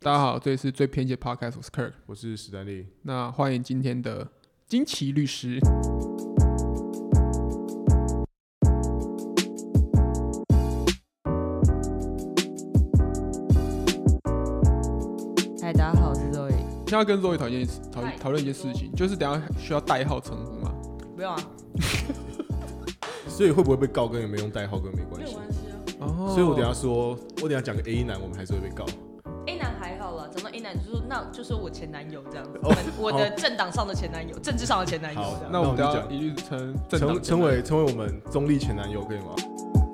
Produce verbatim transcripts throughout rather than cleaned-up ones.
大家好，这里是最偏激的 podcast， 我是 Kirk， 我是史丹利。 那欢迎今天的金奇律师。 嗨，大家好，我是 Zoe。 现在要跟 Zoe 讨论讨讨论一件事情，就是等一下需要代号称呼吗？ 不用啊。 所以会不会被告跟有没有用代号跟没关系？ 没有关系啊。 哦， 所以我等一下说，我等一下讲个 A 男，我们还是会被告。 A 男还好啦，讲到 A 男就说那就是我前男友这样子， 哦我的政党上的前男友，政治上的前男友这样。 那我们等一下讲一律称政党称称为称为我们中立前男友可以吗？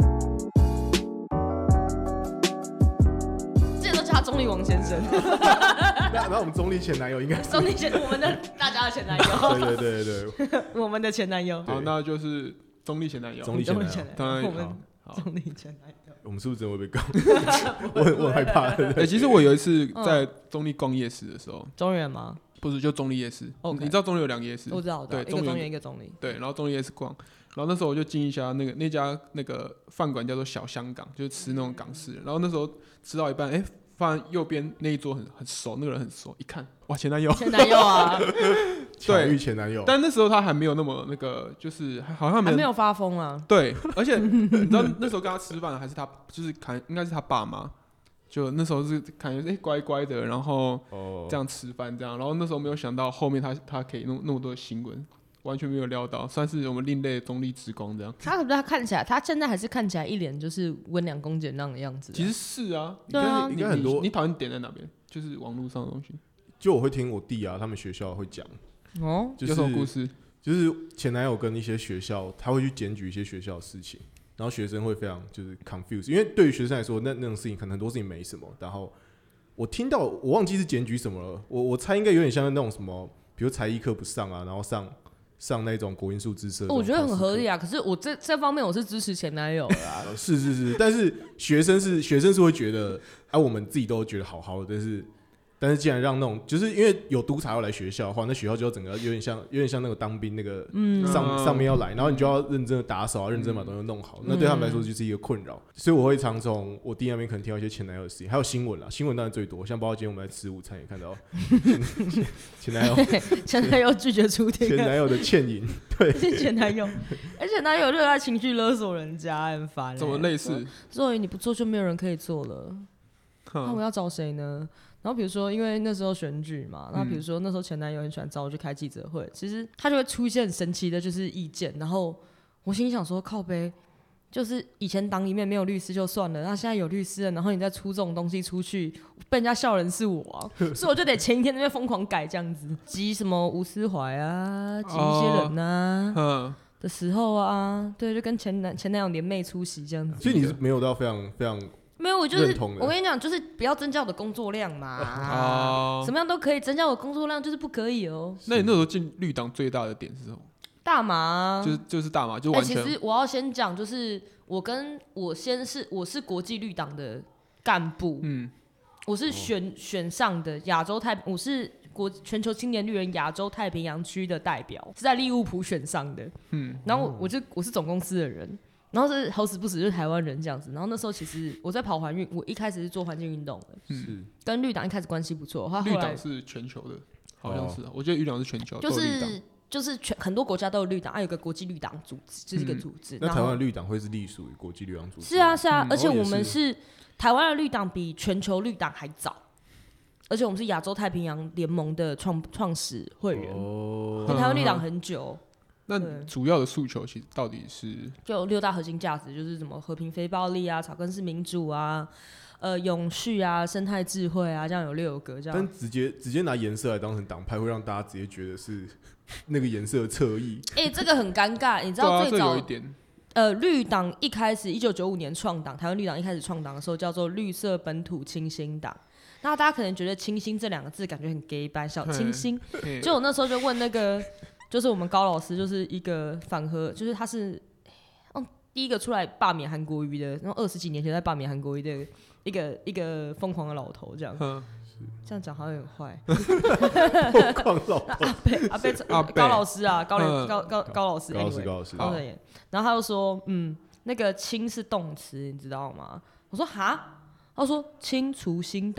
之前都叫他中立王先生。 那那我们中立前男友应该是中立前我们的大家的前男友。 对对对对对， 我们的前男友。 好，那就是中立前男友。 中立前男友， 当然我们中立前男友。 我们是不是真的会被告？我很我很害怕。 哎、欸，其实我有一次在中立逛夜市的时候， 中原吗？ 不是，就中立夜市。 Okay. 你知道中立有两个夜市？ 我知道， 对， 一个中原，一个中立。 对，然后中立夜市逛，然后那时候我就进一家那个那家那个饭馆叫做小香港，就是吃那种港式的。然后那时候吃到一半，哎、欸，发现右边那一桌很很熟，那个人很熟，一看，哇，前男友。 前男友啊。 巧遇前男友。 但那时候他还没有那么那个，就是好像没有还没有发疯啊。 对，而且你知道那时候跟他吃饭还是他，就是看应该是他爸妈。就那时候是感觉哎、欸、乖乖的，然后这样吃饭这样，然后那时候没有想到后面他他可以弄那么多的新闻，完全没有料到，算是我们另类的中立之光这样。 他可不是他看起来，他现在还是看起来一脸就是温良恭俭让的样子、啊。 其实是啊， 对啊， 应该很多。 你讨厌点在哪边？就是网络上的东西。 就我会听我弟啊，他们学校会讲哦， 就是、 有什么故事？ 就是前男友跟一些学校，他会去检举一些学校的事情。然后学生会非常就是 confused， 因为对于学生来说，那那种事情可能很多事情没什么。然后我听到我忘记是检举什么了，我我猜应该有点像那种什么，比如才艺课不上啊，然后上上那种国英数自社。 我觉得很合理啊。可是我这这方面我是支持前男友的啊。 是是是，但是学生是学生是会觉得，啊，我们自己都觉得好好的，但是。但是既然让那种，就是因为有督察要来学校的话，那学校就要整个有点像，有点像那个当兵那个上、嗯、上面要来，然后你就要认真的打扫，认真把东西弄好，嗯、那对他们来说就是一个困扰。所以我会常从我弟那边可能听到一些前男友的事情，还有新闻啦，新闻当然最多，像包括今天我们在吃午餐也看到前男友前男友拒绝出庭， 前男友的倩影，对， 前男友，而且男友热爱情绪勒索人家，很烦、欸。 怎么类似？ 所以你不做就没有人可以做了，那我要找谁呢？然后比如说，因为那时候选举嘛，那比如说那时候前男友很喜欢找我去开记者会，其实他就会出现很神奇的就是意见，然后我心里想说靠北，就是以前党里面没有律师就算了，那现在有律师了，然后你再出这种东西出去，被人家笑人是我啊，所以我就得前一天那边疯狂改这样子，集什么吴思怀啊，集一些人啊。哦的时候啊，对，就跟前男前男友联袂出席这样子。 所以你是没有到非常非常没有，我就是我跟你讲，就是不要增加我的工作量嘛。啊，什么样都可以，增加我的工作量就是不可以哦。 那你那时候进绿党最大的点是什么？ 大麻、啊， 就是就是大麻，就完全。 欸、其实我要先讲，就是我跟我先是我是国际绿党的干部，嗯，我是选、哦、选上的亚洲太，我是国全球青年绿人亚洲太平洋区的代表，是在利物浦选上的，嗯，然后 我, 我就我是总公司的人。然后是好死不死就是台湾人这样子，然后那时候其实我在跑环运，我一开始是做环境运动的，嗯，跟绿党一开始关系不错， 绿党是全球的，好像是、啊，哦、我觉得绿党是全球， 就是就是全很多国家都有绿党，还、啊、有一个国际绿党组织，这、就是一个组织。 嗯、那台湾的绿党会是隶属于国际绿党组织？ 是啊是啊，嗯、而且我们是、 是台湾的绿党比全球绿党还早，而且我们是亚洲太平洋联盟的创创始会员，哦，跟台湾绿党很久。 那主要的诉求其实到底是就有六大核心价值，就是什么和平、非暴力啊、草根式民主啊、呃永续啊、生态智慧啊，这样有六个这样。 但直接直接拿颜色来当成党派，会让大家直接觉得是那个颜色的侧翼。 哎、欸，这个很尴尬，你知道最早、 啊、有一点呃绿党一开始一九九五年创党，台湾绿党一开始创党的时候叫做绿色本土清新党。那大家可能觉得清新这两个字感觉很 gay 掰，小清新。就我那时候就问那个。就是我们高老师，就是一个反核，就是他是，嗯，第一个出来罢免韩国瑜的，然后二十几年前在罢免韩国瑜的一个一个疯狂的老头，这样，这样讲好像有点坏。 疯狂老头， 阿贝阿贝阿高老师啊，高高高高老师， 高老师高老师， 高人，然后他就说，嗯，那个清是动词，你知道吗？我说哈，他说清除新党。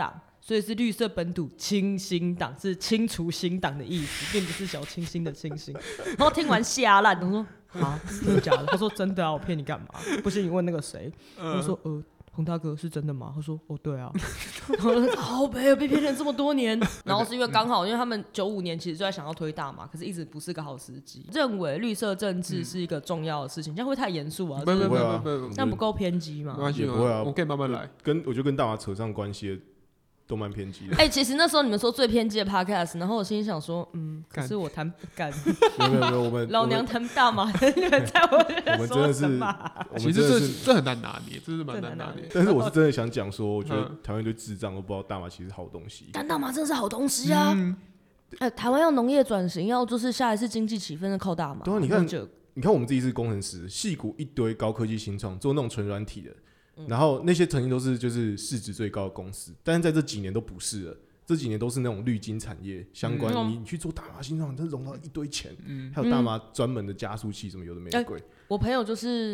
所以是绿色本土清新党，是清除新党的意思，并不是小清新的清新。然后听完吓烂，我说啊，真的假的？他说真的啊，我骗你干嘛？不信你问那个谁。我说呃。洪大哥是真的吗？他说哦对啊，我说好悲，被骗了这么多年。然后是因为刚好，因为他们九五年其实就在想要推大麻，可是一直不是个好时机。认为绿色政治是一个重要的事情，这样会太严肃啊？ 不不不不不， 这样不够偏激吗？ 没关系， 也不会啊， 我可以慢慢来。 跟我就跟大麻扯上关系的都蛮偏激的。 哎、欸，其实那时候你们说最偏激的 podcast， 然后我心里想说，嗯，可是我谈干， 没有没有没有，我们老娘谈大麻，你们在我我们真的是， 其实这这很难拿捏，这是蛮难拿捏。 但是我是真的想讲说，我觉得台湾对智障都不知道大麻其实是好东西。 干大麻真的是好东西啊！嗯欸、台湾要农业转型，要就是下一次经济起飞，的靠大麻。 对啊，你看，你看我们自己是工程师，矽谷一堆高科技新创，做那种纯软体的。然后那些曾经都是就是市值最高的公司，但是在这几年都不是了。这几年都是那种绿金产业相关，嗯、你你去做大麻新创，真的融到一堆钱。嗯、还有大麻专门的加速器，什么有的没的贵、欸。 我朋友就是，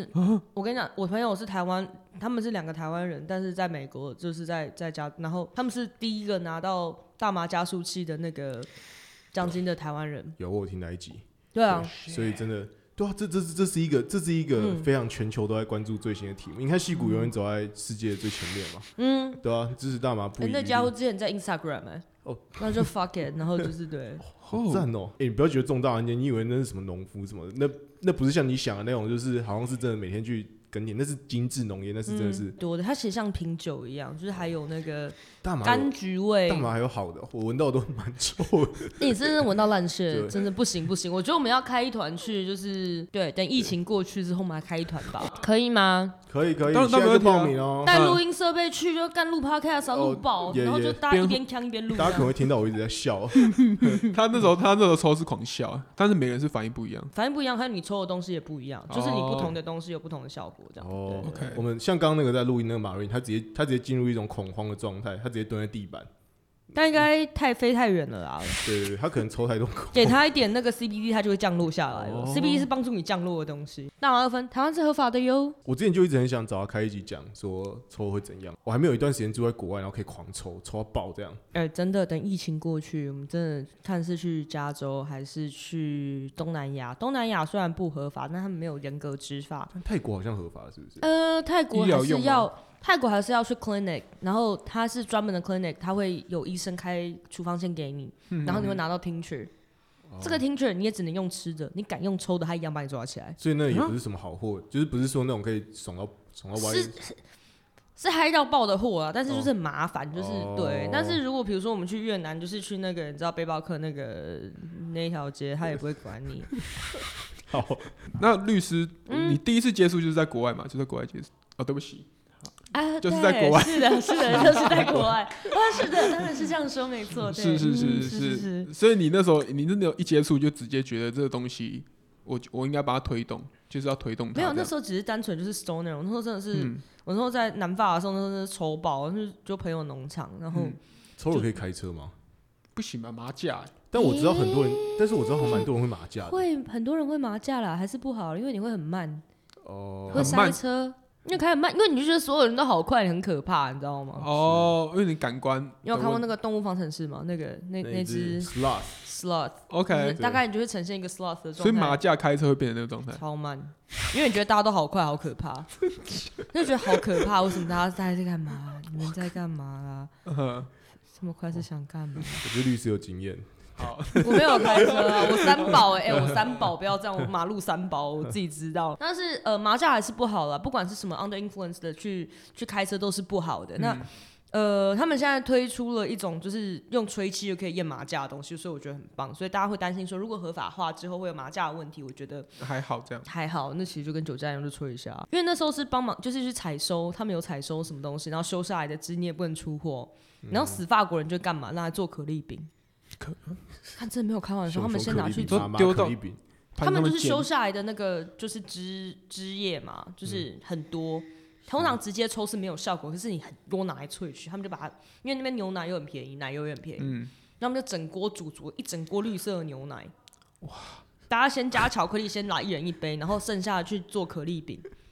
啊、我跟你讲，我朋友是台湾，他们是两个台湾人，但是在美国就是在在加，然后他们是第一个拿到大麻加速器的那个奖金的台湾人。 有我有听那一集。 对啊， 对所以真的。对啊，这这这是一个这是一个非常全球都在关注最新的题目。嗯、你看矽谷永远走在世界的最前面嘛，嗯，对啊，支持大麻不一定。 欸、那家伙之前在 Instagram 哎、欸，哦，那就 fuck it， 然后就是对， 好赞哦！哎、欸，你不要觉得重大案件，你以为那是什么农夫什么的，那那不是像你想的那种，就是好像是真的每天去耕田，那是精致农业，那是真的是、嗯、 多的。它其实像品酒一样，就是还有那个柑橘味， 大麻还有好的，我闻到都蛮臭的。 欸、你真的闻到烂血，真的不行不行。我觉得我们要开一团去，就是对，等疫情过去之后，我们来开一团吧，可以吗？ 可以可以，现在就报名哦。 带录音设备去就干录 podcast 录爆，然后就大家一边呛一边录。 大家可能会听到我一直在笑。 他那时候他那时候抽是狂笑，但是每个人是反应不一样， 反应不一样，还有你抽的东西也不一样，就是你不同的东西有不同的效果，这样。 哦 ，OK。我们像刚刚那个在录音那个马瑞，他直接他直接进入一种恐慌的状态，他直接蹲在地板。 但应该太飞太远了啦。 对对对，他可能抽太多口。 给他一点那个 C B D， 他就会降落下来了。哦、C B D 是帮助你降落的东西。大麻二酚，台湾是合法的哟。 我之前就一直很想找他开一集讲说抽会怎样。我还没有一段时间住在国外，然后可以狂抽，抽到爆这样。 哎、欸，真的，等疫情过去，我们真的看是去加州还是去东南亚。东南亚虽然不合法，但他们没有严格执法。 但泰国好像合法，是不是？ 呃，泰国还是要。泰国还是要去 clinic， 然后它是专门的 clinic， 它会有医生开处方签给你，嗯、然后你会拿到 tincture，、哦、这个 tincture 你也只能用吃的，你敢用抽的，他一样把你抓起来。 所以那也不是什么好货，嗯、就是不是说那种可以爽到爽到歪。 是是嗨到爆的货啊，但是就是很麻烦，哦、就是对。但是如果比如说我们去越南，就是去那个你知道背包客那个那条街，他也不会管你。 好，那律师，嗯、你第一次接触就是在国外嘛？就在国外接触？哦，对不起。 啊， 就是在国外， 是的，是的，就是在国外。啊，是的，当然是这样说，没错。 是是是是是。所以你那时候，你真的一接触就直接觉得这个东西，我我应该把它推动，就是要推动它。 没有，那时候只是单纯就是 stoner。我那时候真的是，嗯、我那时候在南法的时候，那时候是抽爆，就就朋友农场，然后、嗯、 抽了可以开车吗？ 不行吧，麻驾、欸。 但我知道很多人，欸、但是我知道好像蛮多人会麻驾的。 会很多人会麻驾啦，还是不好，因为你会很慢，哦，会塞车。因为开很慢，因为你就觉得所有人都好快，很可怕，你知道吗？ 哦，因为你感官。 你有看过那个《动物方程式》吗？那个那那只 sloth sloth，OK， 大概你就会呈现一个 sloth 的状态。 所以麻驾开车会变成那个状态， 超慢，因为你觉得大家都好快，好可怕，就觉得好可怕。为什么大家在在干嘛？你们在干嘛啦？这么快是想干嘛？ 我觉得律师有经验。 好，我没有开车啊，我三宝哎、欸欸，我三宝不要这样，我马路三宝我自己知道。但是呃，麻驾还是不好啦，不管是什么 under influence 的去去开车都是不好的。嗯、那呃，他们现在推出了一种就是用吹气就可以验麻驾的东西，所以我觉得很棒。所以大家会担心说，如果合法化之后会有麻驾的问题，我觉得还好这样， 还好。那其实就跟酒驾一样，就吹一下。因为那时候是帮忙，就是去采收，他们有采收什么东西，然后收下来的汁你也不能出货，然后死法国人就干嘛？拿来做可丽饼。可看真的没有开玩笑，他们先拿去丢到， 他们就是收下来的那个就是枝枝叶嘛，就是很多。通常直接抽是没有效果，可是你很多拿来萃取，他们就把它，因为那边牛奶又很便宜，奶油也很便宜，嗯，然后他们就整锅煮煮一整锅绿色的牛奶，哇！大家先加巧克力，先来一人一杯，然后剩下的去做可丽饼。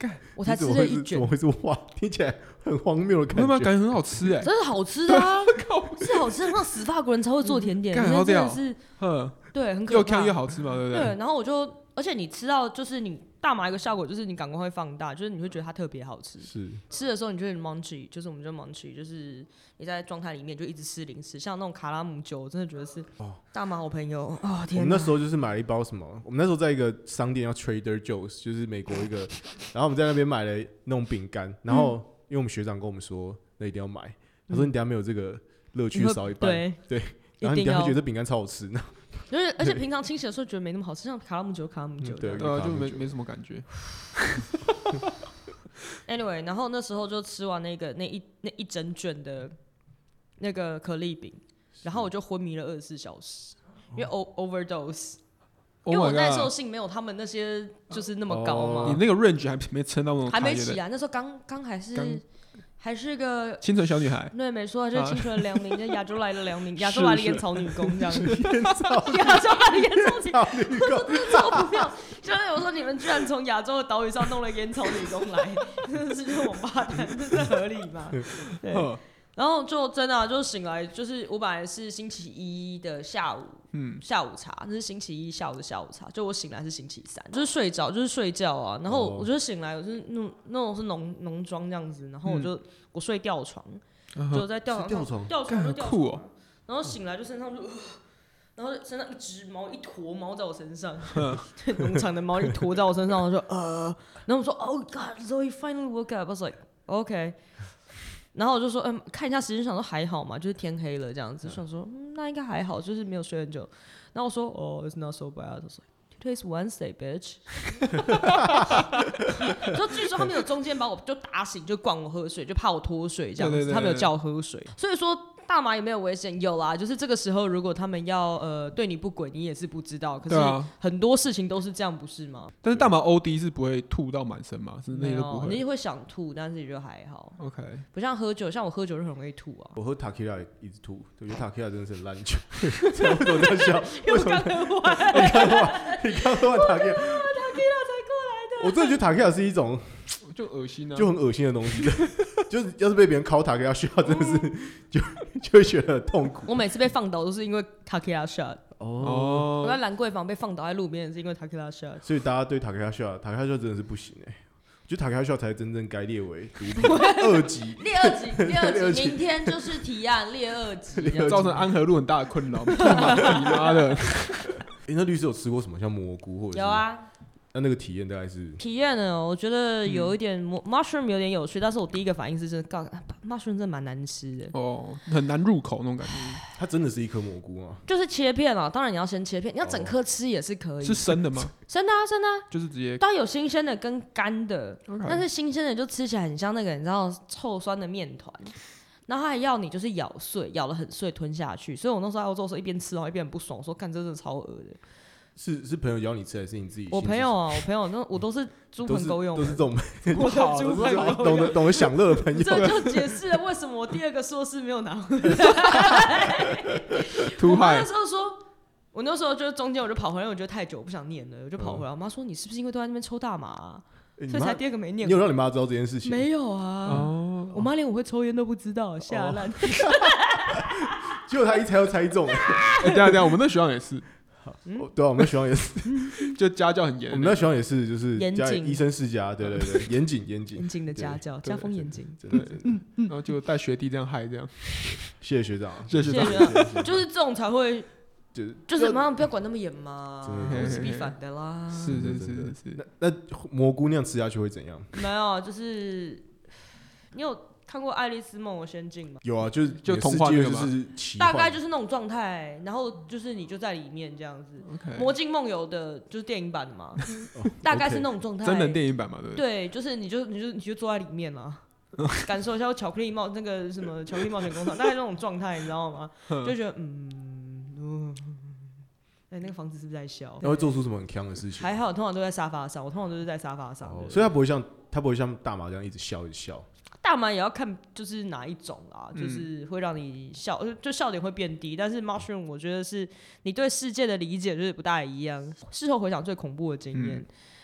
我才吃了一卷， 怎么会是哇？听起来很荒谬的感觉， 感觉很好吃哎， 真的好吃的啊，是好吃的，那死法国人才会做甜点，真的是，对，很可怕， 又看越好吃嘛，对不对？ 对，然后我就，而且你吃到就是你大麻一个效果，就是你感官会放大，就是你会觉得它特别好吃。 是吃的时候你就会 munchie， 就是我们就 munchie， 就是你在状态里面就一直吃零食，像那种卡拉姆酒，我真的觉得是大麻好朋友哦，天哪！ 我们那时候就是买了一包什么，我们那时候在一个商店叫 Trader Joe's， 就是美国一个，然后我们在那边买了那种饼干，然后因为我们学长跟我们说那一定要买，他说你等一下没有这个乐趣少一半， 对对，然后你等一下会觉得这饼干超好吃呢。 就是而且平常清洗的时候觉得没那么好吃，像卡拉姆酒卡拉姆酒， 对，就没没什么感觉。 Anyway， 然后那时候就吃完那个那一那一整卷的那个可丽饼，然后我就昏迷了二十四小时，因为 overdose， 因为我耐受性没有他们那些就是那么高嘛。 你那个 range 还没撑到那种， 还没起来，那时候刚刚还是。还是个清纯小女孩， 对，没错，就是清纯的良民，就亚洲来的良民，亚洲来的烟草女工这样子，亚洲来的烟草女工，真的超不妙。就是我说你们居然从亚洲的岛屿上弄了烟草女工来，真的是就是王八蛋，这是合理吗？对。然后就真的、啊、就醒来，就是我本来是星期一的下午，嗯，下午茶，那是星期一下午的下午茶。就我醒来是星期三，就是睡着，就是睡觉啊。然后我就醒来，我是那种那种是浓浓妆这样子，然后我就、嗯、我睡吊床，就在吊床上， 吊床， 吊床就吊床， 酷哦。 然后醒来就身上就，然后身上一只毛一坨毛在我身上，农场的毛一坨在我身上，我说呃，然后我说 Oh God, Zoe finally woke up. I was like OK. 然后我就说，嗯，看一下时间，想说还好嘛，就是天黑了这样子，想说，嗯，那应该还好，就是没有睡很久。然后我说，哦 ，It's not so bad. I was like, Today's Wednesday, bitch. 就据说他们有中间把我就打醒，就灌我喝水，就怕我脱水这样子，对对对对，他们有叫我喝水，所以说。大麻有没有危险？有啦，就是这个时候，如果他们要呃对你不轨，你也是不知道。可是很多事情都是这样，不是吗？ 但是大麻 O D 是不会吐到满身嘛？是那些都不会。 你会想吐，但是也就还好。 OK， 不像喝酒，像我喝酒就很容易吐啊。 我喝 Tequila 一直吐，我觉得 Tequila 真的是很烂酒。为什么在笑？ 为什么？你刚喝完， 你刚喝完，你刚喝完 Tequila， Tequila 才过来的。 我真的觉得 Tequila 是一种。 就恶心啊， 就很恶心的东西，就是要是被别人敲塔给他 shot， 真的是就就会觉得很痛苦。 我每次被放倒都是因为 Tequila shot。哦，我在兰桂坊被放倒在路边是因为 Tequila shot。 所以大家对 Tequila shot，Tequila shot 真的是不行哎、欸。我觉得 Tequila shot 才真正该列为毒品二级。 列二级，列二级，明天就是提案列二级， 造成安和路很大的困扰。你妈的！ 哎、欸，那律师有吃过什么像蘑菇或者是？ 有啊。 那那个体验大概是体验呢？我觉得有一点、嗯、mushroom 有点有趣，但是我第一个反应是真的 ，mushroom 真的蛮难吃的哦，很难入口那种感觉。 它真的是一颗蘑菇吗？ 就是切片啊，当然你要先切片，你要整颗吃也是可以。 是生的吗？ 生的啊，生的、啊， 就是直接。 当然有新鲜的跟干的， okay. 但是新鲜的就吃起来很像那个你知道臭酸的面团。然后他还要你就是咬碎，咬得很碎吞下去，所以我那时候在欧洲的时候一边吃然后一边很不爽，我说干这真的超恶的。 是是朋友邀你吃还是你自己？ 我朋友啊，我朋友那我都是猪朋狗友， 都是这种不好，猪朋狗友， 懂得懂得享乐的朋友。 这就解释了为什么我第二个硕士没有拿回来。我妈那时候说，我那时候就中间我就跑回来，我觉得太久我不想念了，我就跑回来。我妈说你是不是因为都在那边抽大麻、啊欸，所以才第二个没念？ 你有让你妈知道这件事情？ 没有啊，哦、我妈连我会抽烟都不知道，吓烂。 结果她一猜就猜中了。 哎、欸，等一下等一下，我们那学校也是。 嗯、对啊，我们学校也是， 就家教很严。 我们那学校也是，就是严谨， 医生世家，对对对，严谨严谨严谨的家教，家风严谨， 真的真的。 嗯嗯、然后就带学弟这样嗨，这样。 谢谢学长， 谢谢学长，就是这种才会， 就是就是妈不要管那么严嘛，我是必反的啦。 是是是是是。 那那蘑菇那样吃下去会怎样？ 没有，就是你有。看过《爱丽丝梦游仙境》吗？ 有啊，就是就童话那个就是大概就是那种状态，然后就是你就在里面这样子。 Okay. 魔镜梦游的就是电影版的嘛，哦、大概是那种状态。 真人电影版嘛，对不对？对，就是你就你就你就坐在里面啦，感受一下巧克力冒那个什么巧克力冒险工厂，大概那种状态，你知道吗？就觉得嗯，嗯哎、欸，那个房子是不是在笑？ 他会做出什么很鏘的事情？ 还好，通常都在沙发上，我通常都是在沙发上、哦， 所以他不会像他不会像大麻这样一直笑一直笑。 大麻也要看就是哪一种啦，嗯、就是会让你笑，就笑点会变低。但是 mushroom 我觉得是你对世界的理解就是不大一样。事后回想最恐怖的经验，嗯、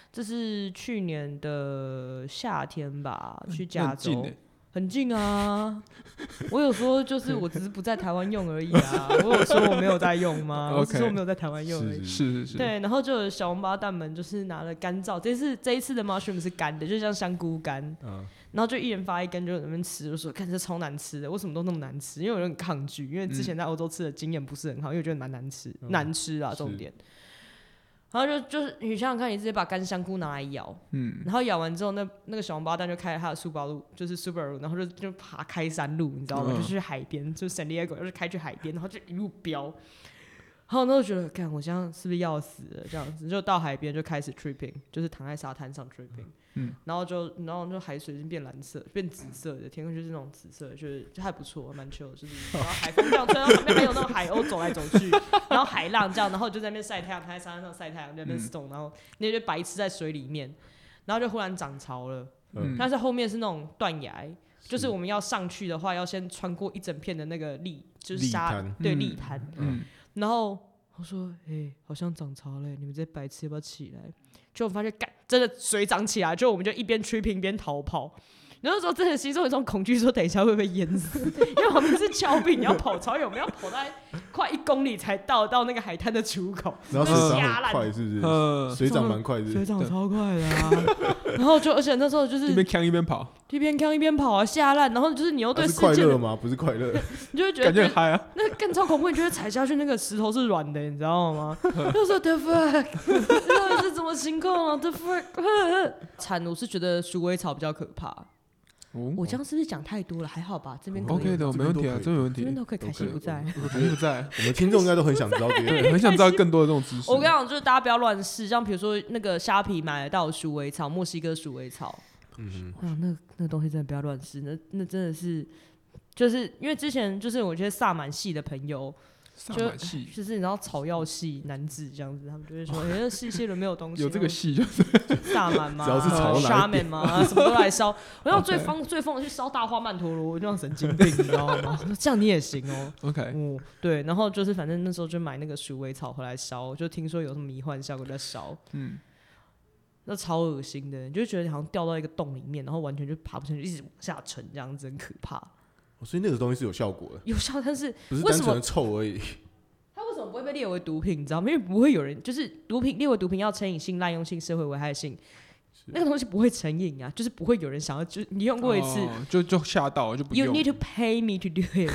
这是去年的夏天吧，去加州。 欸、 很近啊！我有说就是我只是不在台湾用而已啊，我有说我没有在用吗？ okay, 我只说我没有在台湾用而已。 是是是。 对，然后就有小王八蛋们就是拿了干燥，这次这一次的 mushroom 是干的，就像香菇干。嗯。然后就一人发一根，就在那边吃，就说看这超难吃的，为什么都那么难吃？因为我有点抗拒，因为之前在欧洲吃的经验不是很好，因为我觉得蛮难吃，嗯、难吃啊重点。然后就就是你想想看，你直接把干香菇拿来咬，嗯，然后咬完之后，那那个小王八蛋就开了他的苏巴路，就是 Subaru， 然后就就爬开山路，你知道吗？嗯、就去海边，就 San Diego， 就是开去海边，然后就一路飙。然后那就觉得，看我现在是不是要死了？这样子就到海边就开始 tripping， 就是躺在沙滩上 tripping，嗯，然后就然后就海水已经变蓝色、变紫色的，天空就是那种紫色，就是就还不错，蛮 chill， 就是然后海风这样吹，然后旁边还有那种海鸥走来走去，然后海浪这样，然后就在那边晒太阳，躺在沙滩上晒太阳，在那边 stone，、嗯、然后那些白痴在水里面，然后就忽然涨潮了，嗯，但是后面是那种断崖。就是我们要上去的话，要先穿过一整片的那个砾，就是沙，对砾滩。嗯，然后我说：“哎、欸，好像涨潮嘞，你们这些白痴要不要起来？”就我发现，干，真的水涨起来，就我们就一边 tripping 一边逃跑。然后那时候真的心中有一种恐惧，说等一下会不会淹死？因为我们是峭壁，你要跑超远，我们要跑到快一公里才到到那个海滩的出口。 然后水涨很快，是不是？嗯，水涨蛮快的， 水涨超快的啊！然后就而且那时候就是一边呛一边跑， 一边呛一边跑啊，下烂。然后就是你又对世界、 啊、是快乐吗？不是快乐， 你就会觉得感觉很嗨啊。 那更超恐怖，你觉得踩下去那个石头是软的，你知道吗？就说 the fuck， 到底是什么情况啊 ？the fuck， 惨！我是觉得鼠尾草比较可怕。哦、我这样是不是讲太多了？还好吧，这边 OK 的，没问题啊，这没问题， 这边都可以。凯西不在， 凯西不在， 我们听众应该都很想知道这个， 对，很想知道更多的这种知识。 我跟你讲，就是大家不要乱试，像比如说那个虾皮买得到的鼠尾草，墨西哥鼠尾草，嗯哼，那那个东西真的不要乱试，那那真的是，就是因为之前就是我觉得萨满系的朋友。 萨满系就是你知道草药系男子这样子，他们就会说，哎、欸，世界轮没有东西， 有这个系就是萨满嘛， 只要是草沙门嘛，什么都来烧。我要最疯最疯的去烧大花曼陀罗，我就像神经病，你知道吗？这样你也行哦、喔。 OK， 嗯，对，然后就是反正那时候就买那个鼠尾草回来烧，就听说有什么迷幻效果在烧，嗯，那超恶心的，你就觉得你好像掉到一个洞里面，然后完全就爬不上去，一直往下沉，这样子很可怕。 所以那个东西是有效果的， 有效，但是不是单纯的臭而已。 它为什么不会被列为毒品？你知道吗？因为不会有人就是毒品列为毒品要成瘾性、滥用性、社会危害性，那个东西不会成瘾啊，就是不会有人想要。就你用过一次， 哦、就就吓到就不用。 You need to pay me to do it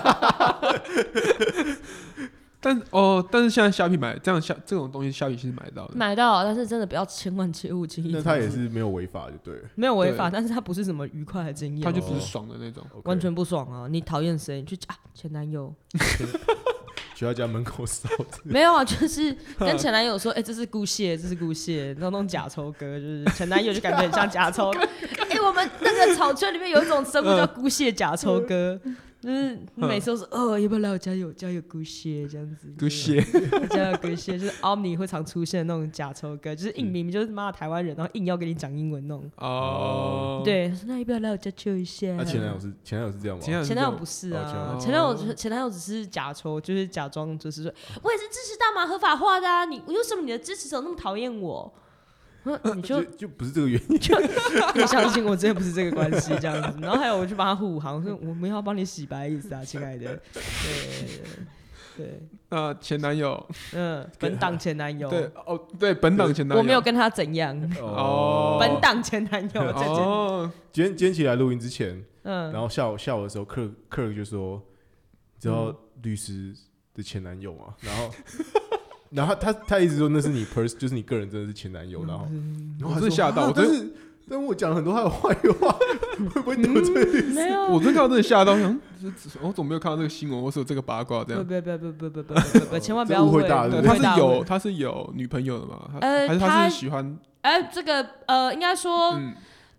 但哦，但是现在虾皮买这样虾这种东西，虾皮其实买到的， 买到，但是真的不要千万切勿轻易。 那他也是没有违法就对了， 没有违法，但是他不是什么愉快的经验， 他就不是爽的那种， 哦、完全不爽啊！你讨厌谁？你去啊，前男友。 去他家门口烧， 没有啊，就是跟前男友说，哎、欸，这是菇蟹，这是菇蟹，然后那种假抽哥，就是前男友就感觉很像假抽。哎、欸，我们那个草圈里面有一种生物叫菇蟹假抽哥，就是你每次都说，哦，要不要来我家有家有菇蟹这样子？ 菇蟹， 家有菇蟹，就是 Omni 会常出现的那种假抽哥，就是硬明明就是妈的台湾人，然后硬要跟你讲英文那种。哦，对，那要不要来我家抽一下？ 那前男友是前男友是这样吗？ 前男友不是啊，前男友前男友只是假抽，就是假装就是说，我也是支持大麻合法化的啊，你为什么你的支持者那么讨厌我？你就就就不是这个原因， 就你相信我，真的不是这个关系这样子。然后还有我去帮他护航，说我们要帮你洗白意思啊，亲爱的。对对， 呃，前男友， 嗯，本党前男友， 对哦，对，本党前男友， 我没有跟他怎样哦，本党前男友。哦， 今天今天起来录音之前，嗯，然后下午下午的时候，克克就说，你知道律师的前男友吗？然后。然后他他他一直说那是你 pers 就是你个人真的是前男友，然后我真的吓到， 但是但我讲了很多他的坏话，会不会得罪律师？ 没有， 我真的看到真的吓到，想我怎么没有看到这个新闻？我是有这个八卦这样？ 不不不不不不不不，千万不要误会大。 他是有他是有女朋友的吗？呃，还是他是喜欢？ 哎，这个呃，应该说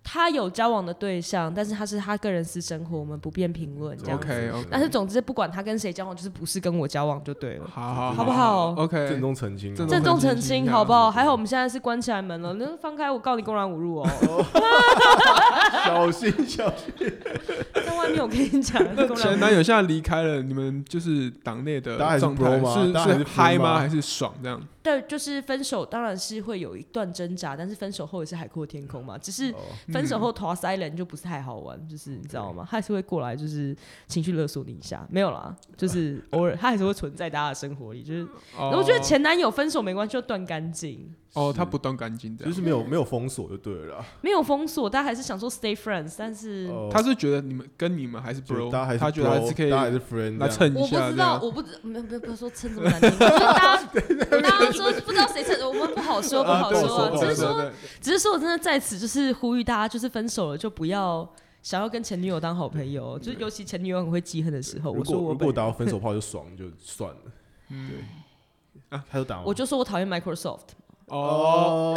他有交往的对象，但是他是他个人私生活，我们不便评论这样子。 OK OK。 但是总之，不管他跟谁交往，就是不是跟我交往就对了。 好好好不好 ？OK。 郑重澄清， 郑重澄清，好不好？还好我们现在是关起来门了，那放开我告你公然侮辱哦。 小心小心， 在外面我跟你讲， 前男友现在离开了，你们就是党内的状态是是嗨吗？还是爽这样？ 对，就是分手当然是会有一段挣扎，但是分手后也是海阔天空嘛。只是分手后拖 silent 就不是太好玩，就是你知道吗？他还是会过来，就是情绪勒索你一下，没有啦，就是偶尔他还是会存在大家的生活里。就是，我觉得前男友分手没关系，就断干净。 哦，他不断干净的， 就是没有没有封锁就对了啦。 没有封锁，大家还是想说 stay friends， 但是、 哦、他是觉得你们跟你们还是 bro， 大家还是 bro， 他觉得还是可以， 大家还是 friend 来蹭一下。 我不知道，我不知没有不不要说蹭这么难听，就是大家大家说不知道谁蹭，我们不好说不好说、啊，只是说只是说我真的在此就是呼吁大家，就是分手了就不要想要跟前女友当好朋友，就是尤其前女友很会记恨的时候。我说我如果打到分手炮就爽就算了，嗯，对啊，他就打我就说我讨厌 Microsoft。 哦，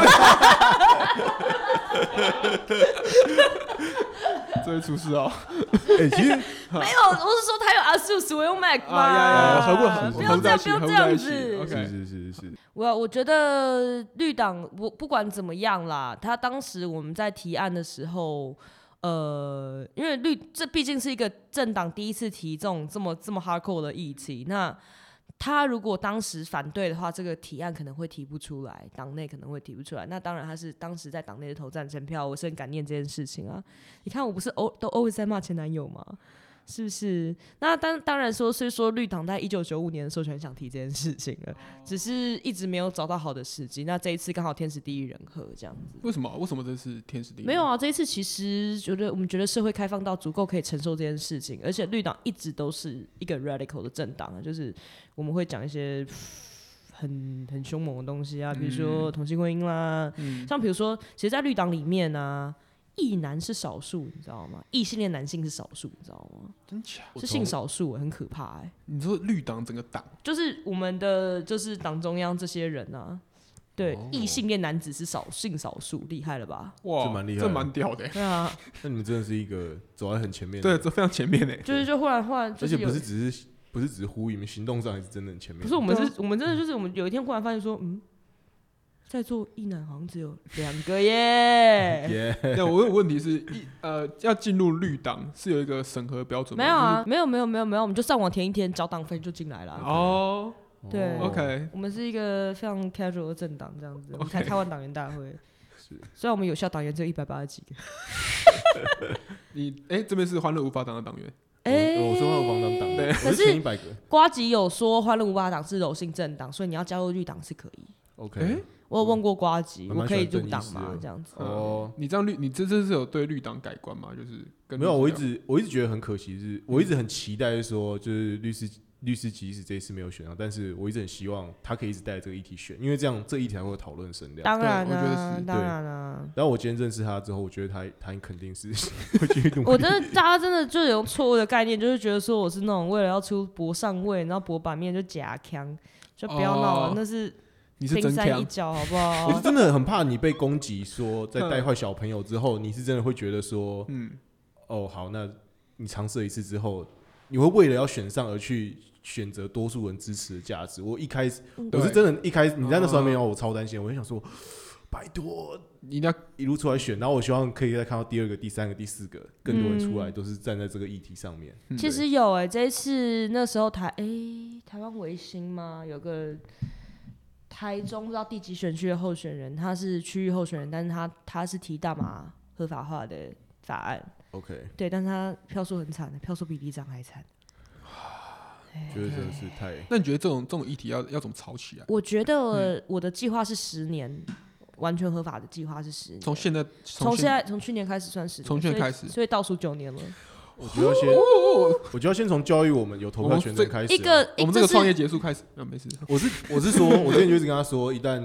这会出事哦。 哎，其实没有，我是说他有 Asus， 我用 Mac 嘛， 啊，合不合？ 不要这样，不要这样子。 是是是是。 我我觉得绿党，我不管怎么样啦，他当时我们在提案的时候。呃，因为绿这毕竟是一个政党第一次提这种这么这么 hardcore 的议题，那他如果当时反对的话，这个提案可能会提不出来，党内可能会提不出来。那当然他是当时在党内的投赞成票，我是很感念这件事情啊。你看我不是都 always 在骂前男友吗？是不是？那当当然说，虽说绿党在一九九五年的时候就很想提这件事情了，只是一直没有找到好的时机。那这一次刚好天时地利人和这样子。 为什么？为什么这是天时地利？ 没有啊，这一次其实觉得我们觉得社会开放到足够可以承受这件事情，而且绿党一直都是一个 radical 的政党，就是我们会讲一些很很凶猛的东西啊，比如说同性婚姻啦，嗯、像比如说，其实，在绿党里面啊。异男是少数，你知道吗？异性恋男性是少数，你知道吗？ 真假？ 是性少数，很可怕哎、欸。 你说绿党整个党， 就是我们的就是党中央这些人啊，对，异、哦、性恋男子是少性少数，厉害了吧？ 哇，这蛮厉害， 这蛮屌的、欸。 对啊， 那你们真的是一个走在很前面的， 对，这非常前面哎、欸。 就是就忽然忽然、就是， 而且不是只是不是只是呼吁，你们行动上还是真的很前面。 不是，我们是，我们真的就是我们有一天忽然发现说，嗯。在座异男好像只有两个耶。 那我有问题是，呃，要进入绿党是有一个审核标准吗？ 没有啊，没有没有没有没有，我们就上网填一填，缴党费就进来了。 哦， 对 ，OK， 我们是一个非常 casual 的政党，这样子，我们才开完党员大会。虽然我们有效党员只有一百八十几个。 你哎、欸，这边是欢乐无法党的党员。 哎、欸， 我是欢乐无法党党，对， 可是呱吉有说欢乐无法党是柔性政党，所以你要加入绿党是可以。 OK。 欸我有问过呱吉，我可以入党吗？这样子。 哦，你这样绿，你这这是有对绿党改观吗？就是跟没有，我一直我一直觉得很可惜，是我一直很期待说，就是律师律师即使这一次没有选上，但是我一直很希望他可以一直带着这个议题选，因为这样这议题才会有讨论声量。 当然我觉得是， 当然啦。 然后我今天认识他之后，我觉得他他肯定是会继续努力。 我真的大家真的就有错误的概念，就是觉得说我是那种为了要出博上位，然后博版面就假腔，就不要闹了，哦、那是。 你是真强一脚好不好？ 我是真的很怕你被攻击，说在带坏小朋友之后，你是真的会觉得说，嗯，哦，好，那你尝试了一次之后，你会为了要选上而去选择多数人支持的价值。我一开始我是真的，一开始你在那时候没有，我超担心，我就想说，拜托，你一定要一路出来选，然后我希望可以再看到第二个、第三个、第四个更多人出来，嗯、都是站在这个议题上面。 嗯、其实有哎、欸，这一次那时候台哎、欸、台湾维新嘛，有个。台中不知道第几选区的候选人，他是区域候选人，但是他他是提大麻合法化的法案。 OK， 对，但是他票数很惨，票数比里长还惨。 觉得真的是太…… 那你觉得这种这种议题要要怎么炒起来？ 我觉得我的计划是十年，完全合法的计划是十年。 从现在从现在从去年开始算十年， 从去年开始， 所以倒数九年了。 我就要先，我就要先从教育我们有投票权人开始、啊。 一个， 我们这个创业结束开始，啊，没事。 我是我是说，我之前就一直跟他说，一旦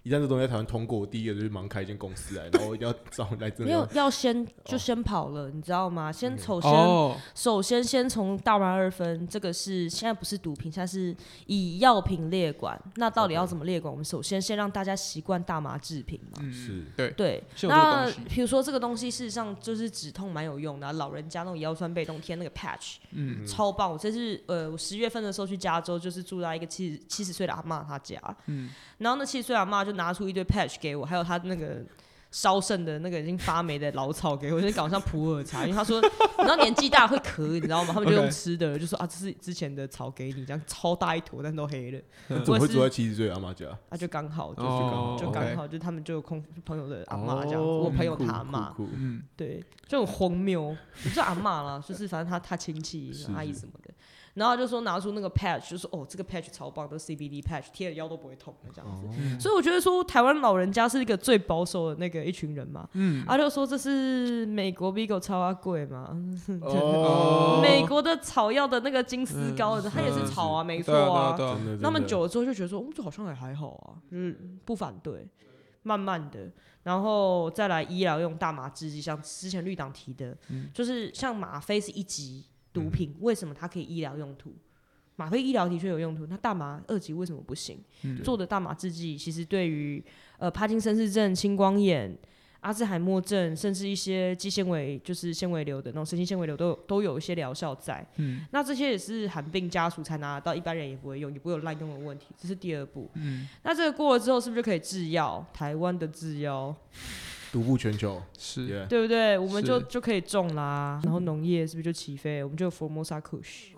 一旦这东西在台湾通过，我第一个就是忙开一间公司来，然后一定要找来真的没有要先就先跑了，哦、你知道吗？先首先、 哦、 首先先从大麻二酚，这个是现在不是毒品，现在是以药品列管。那到底要怎么列管？我们首先先让大家习惯大麻制品嘛。 嗯， 是， 对对。那比如说这个东西，事实上就是止痛蛮有用的、啊，老人家那种腰酸背痛贴那个 patch， 嗯，超棒。我这次呃，我十月份的时候去加州，就是住在一个七七十岁的阿嬷她家，嗯，然后那七十岁阿嬷就拿出一堆 patch 给我，还有他那个烧剩的那个已经发霉的老草给我，就搞像普洱茶，因为他说你知道年纪大会咳，你知道吗？他们就用吃的， okay. 就说啊这是之前的草给你，这样超大一坨，但都黑了。 怎么会住在七十岁阿嬷家？ 啊，就刚好，就哦、 就刚好， okay. 就他们就有空朋友的阿嬷这样子，哦、我朋友他阿嬷， 嗯， 对，就很荒谬，不是阿嬷啦，就是反正他他亲戚阿姨什么的。然后就说拿出那个 patch， 就说哦这个 patch 超棒，都是 C B D patch， 贴了腰都不会痛的这样子。哦、所以我觉得说台湾老人家是一个最保守的那个一群人嘛。嗯。他、啊、就说这是美国 Vigo 超阿贵嘛。哦。美国的草药的那个金丝膏的，它、嗯、也是草啊，嗯、没错啊。 对啊对啊。那么久了之后就觉得说，嗯，这好像也还好啊，就是不反对，慢慢的。然后再来医疗用大麻制剂，像之前绿党提的，嗯、就是像吗啡是一级毒品，为什么它可以医疗用途？吗啡医疗的确有用途，那大麻二级为什么不行？嗯、做的大麻制剂其实对于呃帕金森氏症、青光眼、阿兹海默症，甚至一些肌纤维就是纤维瘤的那种神经纤维瘤都有都有一些疗效在。嗯，那这些也是罕病家属才拿得到，一般人也不会用，也不会有滥用的问题。这是第二步。嗯，那这个过了之后，是不是就可以制药？台湾的制药。 独步全球是， yeah. 对不对？我们就就可以种啦，然后农业是不是就起飞？我们就有 Formosa Kush，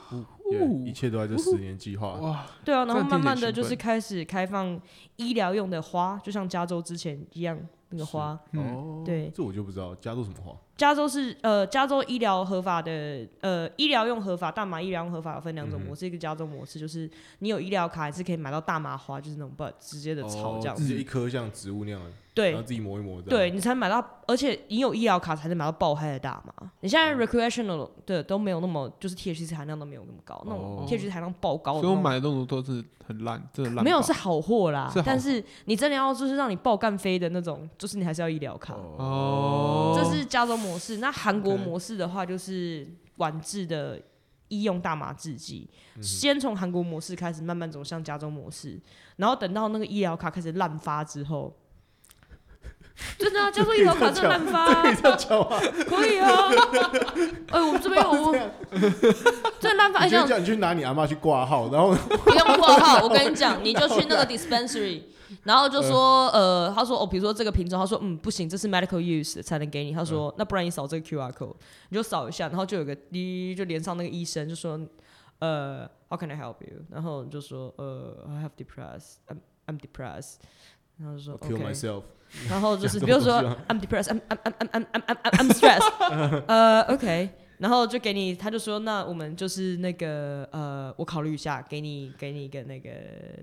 yeah, 一切都在这十年计划。哇， 对啊，然后慢慢的就是开始开放医疗用的花，就像加州之前一样那个花。 哦，对，这我就不知道，加州什么花？ 加州是呃，加州医疗合法的呃，医疗用合法大麻医疗用合法有分两种模式，嗯、一个加州模式就是你有医疗卡还是可以买到大麻花，就是那种不直接的草这样子， 直接一颗像植物那样的。 对， 然后自己磨一磨， 对你才买到，而且你有医疗卡才能买到爆嗨的大麻。你现在 recreational 的都没有那么，就是 T H C 含量都没有那么高，那种 T H C 含量爆高的。 所以我买的那种都是很烂，真的烂。 没有是好货啦，是但是你真的要就是让你爆干飞的那种，就是你还是要医疗卡。哦，这是加州模式。那韩国模式的话，就是管制的医用大麻制剂，嗯、先从韩国模式开始，慢慢走向加州模式，然后等到那个医疗卡开始滥发之后。真的啊，加州医疗卡真的滥发、啊， 可以这样教啊， 可以啊。哎、欸，我们这边有，真的滥发。哎， 叫你去拿你阿嬷去挂号，然后不用挂号，我跟你讲，你就去那个 dispensary， 然后就说，呃，他说哦，比如说这个品种，他说嗯不行，这是 medical use 才能给你。他说、嗯、那不然你扫这个 Q R code， 你就扫一下，然后就有个滴就连上那个医生，就说呃 How can I help you？ 然后你就说呃 I have depressed, I'm I'm depressed， 然后就说 Kill okay. myself。 然后就是，比如说 ，I'm depressed, I'm I'm I'm I'm I'm I'm I'm stressed， 呃 ，OK， 然后就给你，他就说，那我们就是那个，呃，我考虑一下，给你给你一个那个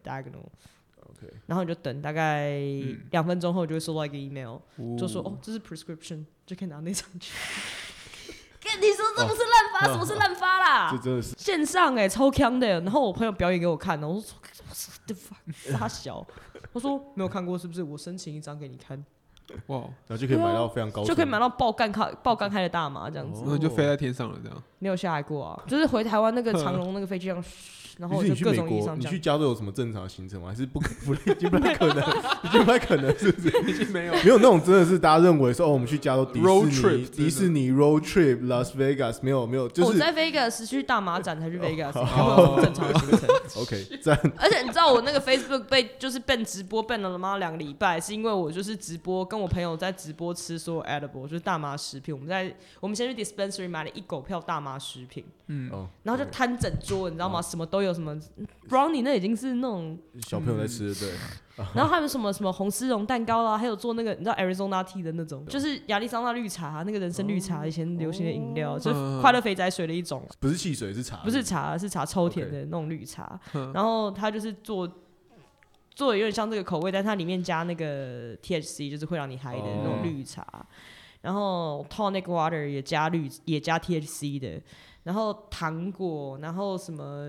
diagonal，OK， 然后你就等大概两分钟后，就会收到一个 email，、嗯、就说哦，这是 prescription， 就可以拿那张去。跟你说这不是滥发，什么是滥发啦？ 这真的是线上哎、欸，超强的。然后我朋友表演给我看，我说傻小，他说没有看过是不是？我申请一张给你看。 哇，然后就可以买到非常高， 就可以买到爆干开爆干开的大麻这样子， 然后就飞在天上了这样。 没有下来过啊，就是回台湾那个长荣那个飞机上。然后就各种意义上你去加州有什么正常的行程吗？还是不不已经不太可能，已经不太可能，是不是？ 已经没有， 没有那种真的是大家认为说哦，我们去加州迪士尼 road trip 迪士尼 road trip Las Vegas 没有没有，就是我在 Vegas 去大马展才去 Vegas， 然后有正常的行程。 OK， 赞。 而且你知道我那个 Facebook 被就是变直播变了妈两个礼拜，是因为我就是直播跟我朋友在直播吃所有 edible 就是大麻食品。我们在我们先去 dispensary 买了一狗票大麻食品，嗯，然后就摊整桌，你知道吗？什么都有，什么。brownie 那已经是那种小朋友在吃的，对。 然后还有什么什么红丝绒蛋糕啦，还有做那个你知道 Arizona tea 的那种，就是亚利桑那绿茶，那个人参绿茶以前流行的饮料，就是快乐肥仔水的一种。 不是汽水，是茶。 不是茶，是茶超甜的那种绿茶。然后它就是做做的有点像这个口味，但它里面加那个 T H C， 就是会让你嗨的那种绿茶。然后 tonic water 也加绿也加 T H C 的，然后糖果，然后什么。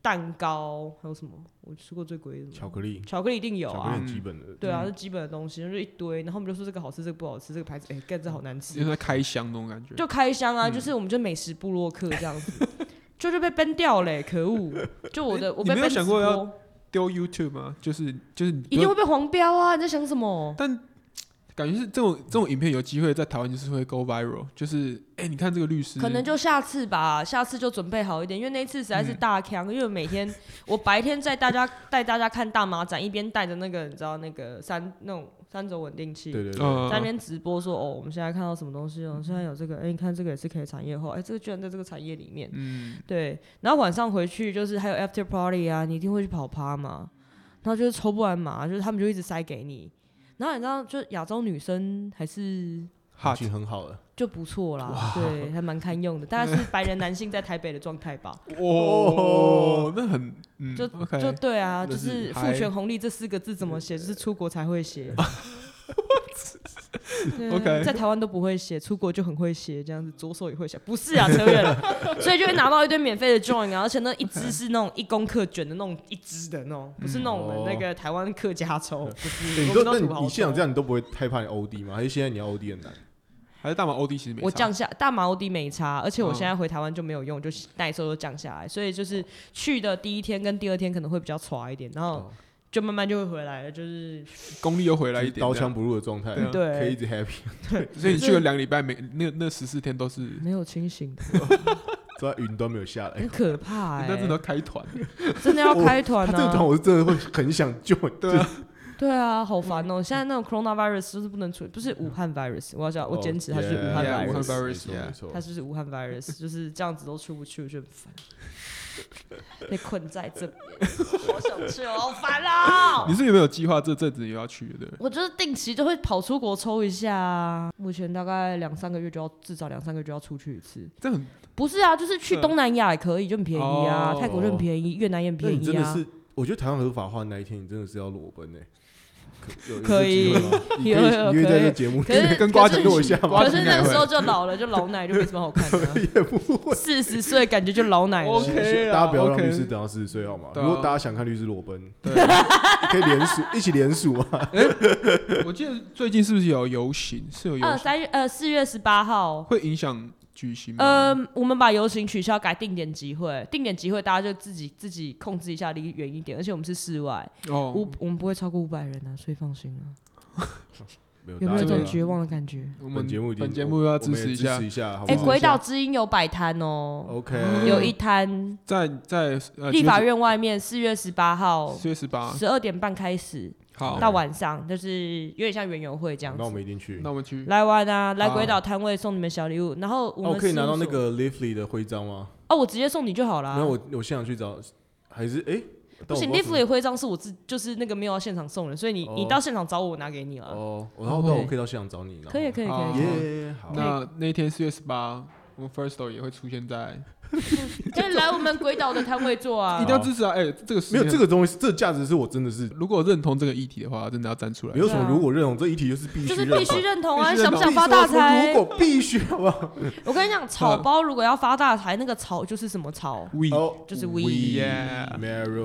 蛋糕，还有什么？我吃过最贵的巧克力， 巧克力一定有啊， 巧克力很基本的， 对啊，是基本的东西，就一堆，然后我们就说这个好吃，这个不好吃，这个牌子哎，干这好难吃， 就是在开箱那种感觉， 就开箱啊，就是我们就美食部落客这样子，就就被 ban 掉嘞，可恶！就我的我被 ban 你没有想过要丢 YouTube 吗？就是就是一定会被黄标啊！你在想什么？ 但感觉是这种这种影片有机会在台湾就是会 go viral， 就是哎、欸，你看这个律师， 可能就下次吧，下次就准备好一点，因为那一次实在是大坑、嗯，因为每天我白天在大家带大家看大马展，一边带着那个你知道那个三那种三轴稳定器， 对对对， 在那边直播说哦，我们现在看到什么东西哦，现在有这个，哎、欸，你看这个也是可以产业化，哎、欸，这个居然在这个产业里面，嗯，对，然后晚上回去就是还有 after party 啊，你一定会去跑趴嘛，然后就是抽不完嘛，就是他们就一直塞给你。然后你知道，就亚洲女生还是运气很好了， 就不错啦，对，还蛮堪用的。大概是白人男性在台北的状态吧。 哦，那很，嗯、 就、 okay、 就对啊，就是父权红利这四个字怎么写，就是出国才会写。OK， 在台湾都不会写，出国就很会写，这样子左手也会写，不是啊，扯远了，所以就会拿到一堆免费的 join 啊，而且那一支是那种一公克卷的那种一支的那种，不是那种我们那个台湾客家抽，不是。 你都那你你现场这样，你都不会害怕你 O D 吗？还是现在你要 O D 很难？ 还是大马 O D 其实没差？ 我降下大马 O D 没差，而且我现在回台湾就没有用，就耐受都降下来，所以就是去的第一天跟第二天可能会比较挫一点，然后。就慢慢就会回来了，就是功力又回来一点， 刀枪不入的状态， 对， 可以一直 happy。 对， 所以你去了两个礼拜，每那那十四天都是没有清醒的， 坐在云都没有下来， 很可怕哎、欸！ 那真的要开团， 真的要开团啊！ 他这个团我是真的会很想救， 对啊， 对啊，好烦哦、喔！现在那种 coronavirus 就是不能出，不是武汉 virus， 我要讲，我坚持它是武汉 virus， 武汉 virus， 它就是武汉 virus， 就是这样子都出不去，我就很烦。被困在这边，好想去哦，好烦啊！ 你是有没有计划这阵子也要去的？ 我就是定期就会跑出国抽一下啊。目前大概两三个月就要，至少两三个月就要出去一次。 这很不是啊，就是去东南亚也可以，就很便宜啊。 哦、 泰国就很便宜，越南也很便宜啊。 你真的是，我觉得台湾合法化那一天，你真的是要裸奔哎、欸。 可以， 有有可以在这节目跟瓜子录一下吗？ 可是那个时候就老了，就老奶就没什么好看的。 也不会， 四十岁感觉就老奶了。 OK， 大家不要让律师等到四十岁好吗？如果大家想看律师裸奔，可以联署，一起联署啊！ 我记得最近是不是有游行？是有游行？ 呃，三月呃四月十八号会影响。举行呃，我们把游行取消，改定点集会。定点集会，大家就自己自己控制一下，离远一点。而且我们是室外，哦，我们不会超过五百人啊，所以放心啊。有没有这种绝望的感觉？ 我们节目本节目要支持一下， 支持一下。 哎，鬼岛之音有摆摊哦 ，OK， 有一摊在在立法院外面，四月十八号， 四月十八， 十二点半开始。 好， 到晚上就是有点像园游会这样子。 那我们一定去。 那我们去来玩啊！来鬼岛摊位送你们小礼物，然后我们、 哦、可以拿到那个 Leafly 的徽章吗？ 哦，我直接送你就好了。 没有，我我现场去找，还是哎，欸、 不行 ，Leafly 的徽章是我自就是那个没有到现场送的，所以你、哦、你到现场找我，我拿给你了。 哦，然后我可以到现场找你。 可以可以可以。 耶，好。 那那天四月十八，我们 First Story 也会出现在。 可以来我们鬼岛的摊位坐啊！ 一定要支持啊！哎、欸，这个没有这个东西，这个价值是我真的是， 如果认同这个议题的话，真的要站出来。 没有什么如果认同这议题，就是必须就是必须认同啊！ 认同想不想发大财？ 如果必须，好不好？ 我跟你讲，草包如果要发大财，那个草就是什么草 ？We， 就是 We， yeah，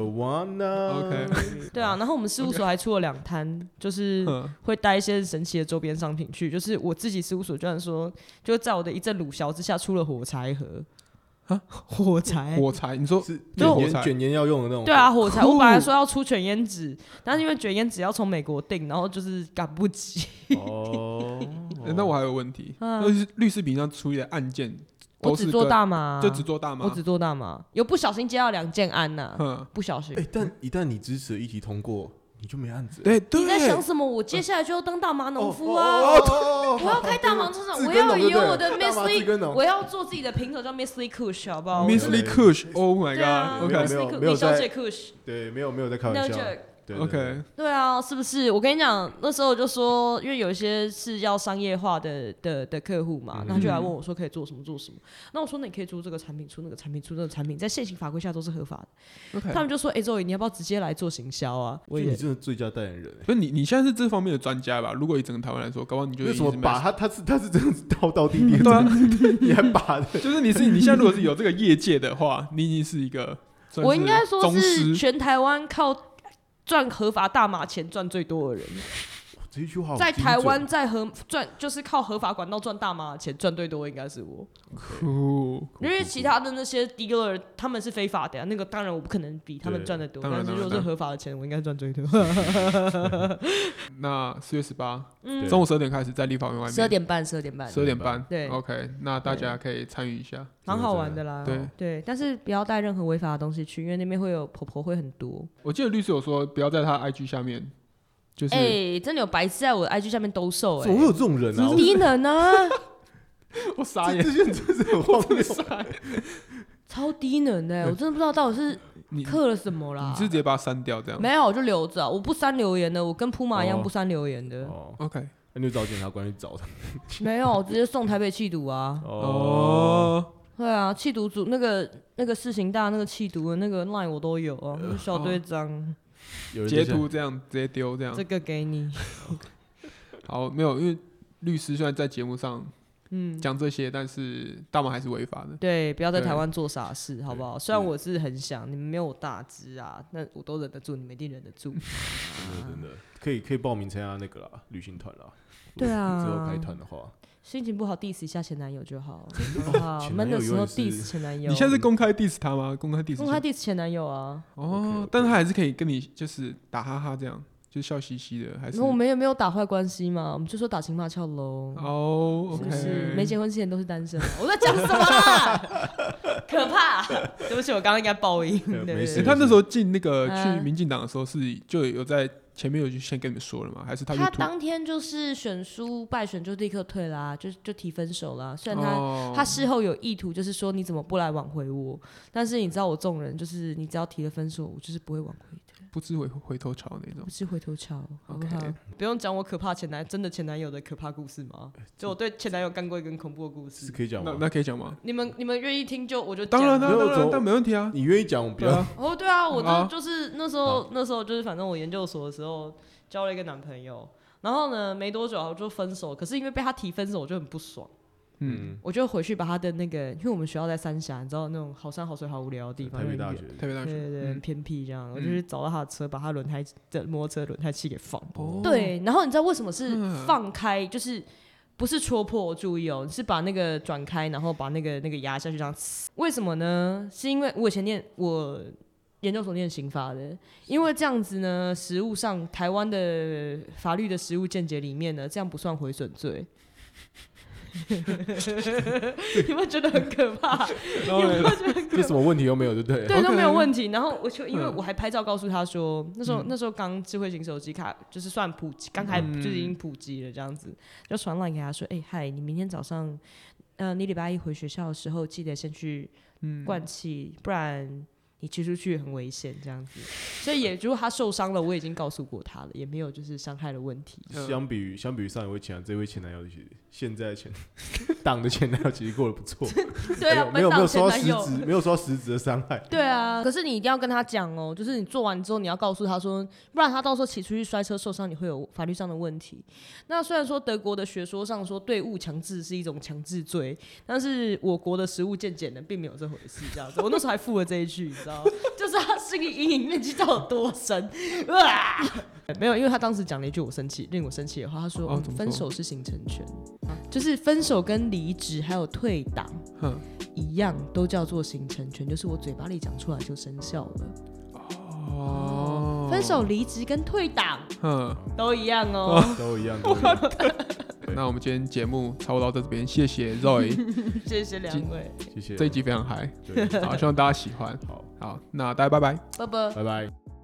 marijuana。 OK， 对啊。然后我们事务所还出了两摊，就是会带一些神奇的周边商品去。就是我自己事务所居然说，就在我的一阵鲁小之下，出了火柴盒。啊，火柴， 火柴，你说是卷卷烟要用的那种？ 对啊，火柴。我本来说要出卷烟纸，但是因为卷烟纸要从美国订，然后就是赶不及。 哦， 欸、那我还有问题，嗯、律师律师笔上处理的案件， 我只做大麻， 就只做大麻， 我只做大麻，有不小心接到两件案呐、啊，不小心。 哎、欸，但一旦你支持的议题通过。你就没案子。 对对， 你在想什么？我接下来就要当大麻农夫啊！ 哦哦哦、 我要开大麻农场，我要有我的 Miss Lee， 我要做自己的品种叫 Miss Lee Kush， 好不好 ？Miss Lee Kush，Oh my God，OK， 没有小姐 Kush， 对，没有没有在开玩笑。对对 OK， 对啊，是不是？我跟你讲，那时候我就说，因为有一些是要商业化的的的客户嘛，然后就来问我说可以做什么做什么。那我说那你可以做这个产品，出那个产品，出那个产品，在现行法规下都是合法的。Okay. 他们就说：“哎、欸，周宇，你要不要直接来做行销啊？” 所以你真的最佳代言人、欸。 所以你你现在是这方面的专家吧？如果以整个台湾来说，搞不好你就为什么把他他是他是真的道道地地的， 对啊， 你还把的， 就是你是你现在如果是有这个业界的话，你已经是一个。 我应该说是全台湾靠赚合法大麻钱赚最多的人。 这一句话在台湾在合赚就是靠合法管道赚大麻的钱赚最多应该是我， cool, 因为其他的那些 dealer 他们是非法的、啊，那个当然我不可能比他们赚得多，但是如果是合法的钱，我应该赚最多。 那四月十八，中午十二点开始在立法院外面， 十二点半，十二点半， 十二点半， 对 ，OK， 那大家可以参与一下， 蛮好玩的啦， 对对，但是不要带任何违法的东西去，因为那边会有婆婆会很多。 我记得律师有说不要在他 I G 下面。就是， 哎、欸，真的有白痴在我的 I G 下面兜售，哎， 怎么会有这种人啊？ 低能啊！ 我傻眼， 这些人真是很荒谬， 超低能的、欸，我真的不知道到底是刻了什么啦。 你是直接把它删掉这样？ 没有，我就留着、啊，我不删留言的，我跟铺马一样不删留言的。 哦 ，OK， 那你就找检察官去找他。 没有，我直接送台北缉毒啊。 哦， 对啊，缉毒组那个那个事情大那个缉毒的那个 line 我都有啊，呃、小队长。 截图这样直接丢这样， 这个给你。 好，没有，因为律师虽然在节目上嗯讲这些，但是大麻还是违法的。 对，不要在台湾做傻事，好不好？虽然我是很想，你们没有我大只啊，那我都忍得住，你们一定忍得住。 真的真的，可以可以报名参加那个啦，旅行团啦。 对啊， 之后开团的话。 心情不好 diss 一下前男友就好，好不好？闷的时候 diss 前男友。 你现在是公开 diss 他吗？公开 diss 公开 diss 前男友啊。 哦， okay, 但他还是可以跟你就是打哈哈这样，就笑嘻嘻的，还是？ 我们也没有打坏关系嘛，我们就说打情骂俏喽。 哦 ，OK， 是不是？没结婚之前都是单身。我在讲什么啦？可怕！对不起，我刚刚应该爆音。 没事。 他那时候进那个去民进党的时候，是就有在。前面有就先跟你们说了吗？还是他他当天就是选输败选就立刻退啦，就就提分手啦。虽然他、哦、他事后有意图，就是说你怎么不来挽回我？但是你知道我这种人，就是你只要提了分手，我就是不会挽回的， 不知回回头草那种。 不知回头草，好不好？ Okay. 不用讲我可怕前男真的前男友的可怕故事吗？就我对前男友干过一个恐怖的故事， 是可以讲吗？ 那, 那可以讲吗？ 你们你们愿意听就我就讲。 当然当然当然，但没问题啊。 你愿意讲我不要。 哦，对啊，我就就是那时候那时候就是反正我研究所的时候。交了一个男朋友，然后呢，没多久我就分手。可是因为被他提分手，我就很不爽。嗯，我就回去把他的那个，因为我们学校在三峡，你知道那种好山好水好无聊的地方， 台北大学， 台北大学， 对对对，很、嗯、偏僻这样。我就去找到他的车，把他轮胎的摩托车轮胎气给放破。哦、对，然后你知道为什么是放开？嗯、就是不是戳破？我注意哦，是把那个转开，然后把那个那个压下去这样。为什么呢？是因为我以前念我。研究所念刑法的，因为这样子呢，实务上台湾的法律的实务见解里面呢，这样不算毁损罪。你们觉得很可怕？有没有觉得很可怕？ 什么问题都没有，对不对？ 对，都没有问题。然后我就因为我还拍照告诉他说，嗯、那时候那时候刚智慧型手机卡就是算普及，刚开就是已经普及了，这样子就传 line 给他说，哎、欸、嗨，你明天早上，呃，你礼拜一回学校的时候，记得先去灌气，嗯、不然。你骑出去很危险，这样子，所以也如果他受伤了，我已经告诉过他了，也没有就是伤害的问题。 相比于相比于上一位前男友，这位前男友其实现在前党的前男友其实过得不错， 对啊， 没有没有受到实质没有受到实质的伤害。 对啊，可是你一定要跟他讲哦，就是你做完之后你要告诉他说，不然他到时候骑出去摔车受伤，你会有法律上的问题。那虽然说德国的学说上说对物强制是一种强制罪，但是我国的实务见解呢，并没有这回事，这样子。我那时候还附了这一句，你知道。就是他心理阴影面积到有多深，没有，因为他当时讲了一句我生气令我生气的话，他说、哦嗯、分手是形成权、啊，就是分手跟离职还有退档一样，都叫做形成权，就是我嘴巴里讲出来就生效了。哦，分手、离职跟退档都一样哦， 都一样，都一样。 那我们今天节目差不多到这边，谢谢 Zoe， 谢谢两位， 谢谢， 这一集非常嗨，好，希望大家喜欢。 好， 好，那大家拜拜， 拜拜， 拜拜。